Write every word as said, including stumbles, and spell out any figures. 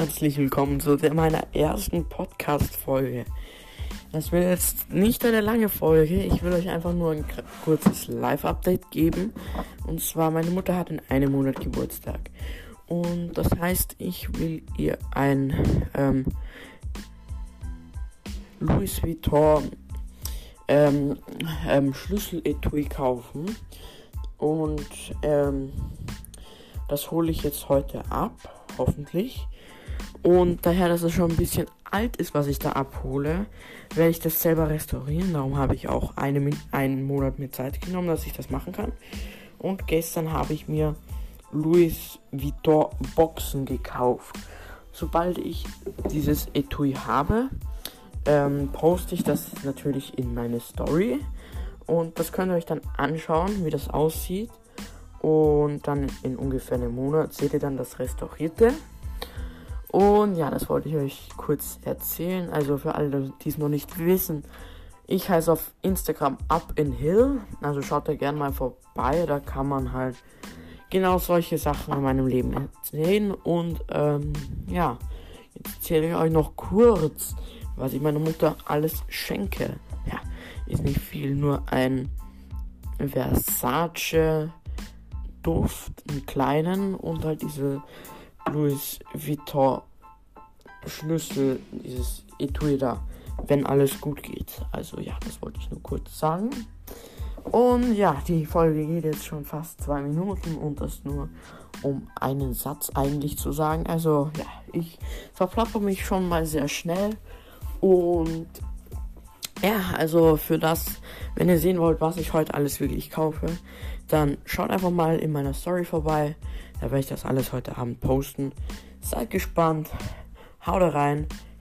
herzlich willkommen zu der, meiner ersten Podcast-Folge. Das wird jetzt nicht eine lange Folge, ich will euch einfach nur ein kurzes Live-Update geben. Und zwar, meine Mutter hat in einem Monat Geburtstag. Und das heißt, ich will ihr ein ähm, Louis Vuitton ähm, ähm, Schlüsseletui kaufen. Und ähm, das hole ich jetzt heute ab, hoffentlich. Und daher, dass es schon ein bisschen alt ist, was ich da abhole, werde ich das selber restaurieren. Darum habe ich auch eine, einen Monat mir Zeit genommen, dass ich das machen kann. Und gestern habe ich mir Louis Vuitton Boxen gekauft. Sobald ich dieses Etui habe, ähm, poste ich das natürlich in meine Story. Und das könnt ihr euch dann anschauen, wie das aussieht. Und dann in ungefähr einem Monat seht ihr dann das Restaurierte. Und ja, das wollte ich euch kurz erzählen. Also für alle, die es noch nicht wissen, ich heiße auf Instagram UpInHill. Also schaut da gerne mal vorbei. Da kann man halt genau solche Sachen in meinem Leben erzählen. Und ähm, ja, jetzt erzähle ich euch noch kurz, was ich meiner Mutter alles schenke. Ja, ist nicht viel, nur ein Versace Duft, einen kleinen, und halt diese Louis Vuitton Schlüssel, dieses Etui da, wenn alles gut geht. Also ja, das wollte ich nur kurz sagen. Und ja, die Folge geht jetzt schon fast zwei Minuten und das nur um einen Satz eigentlich zu sagen. Also ja, ich verplapper mich schon mal sehr schnell. Und ja, also für das, wenn ihr sehen wollt, was ich heute alles wirklich kaufe, dann schaut einfach mal in meiner Story vorbei. Da werde ich das alles heute Abend posten. Seid gespannt. Haut rein.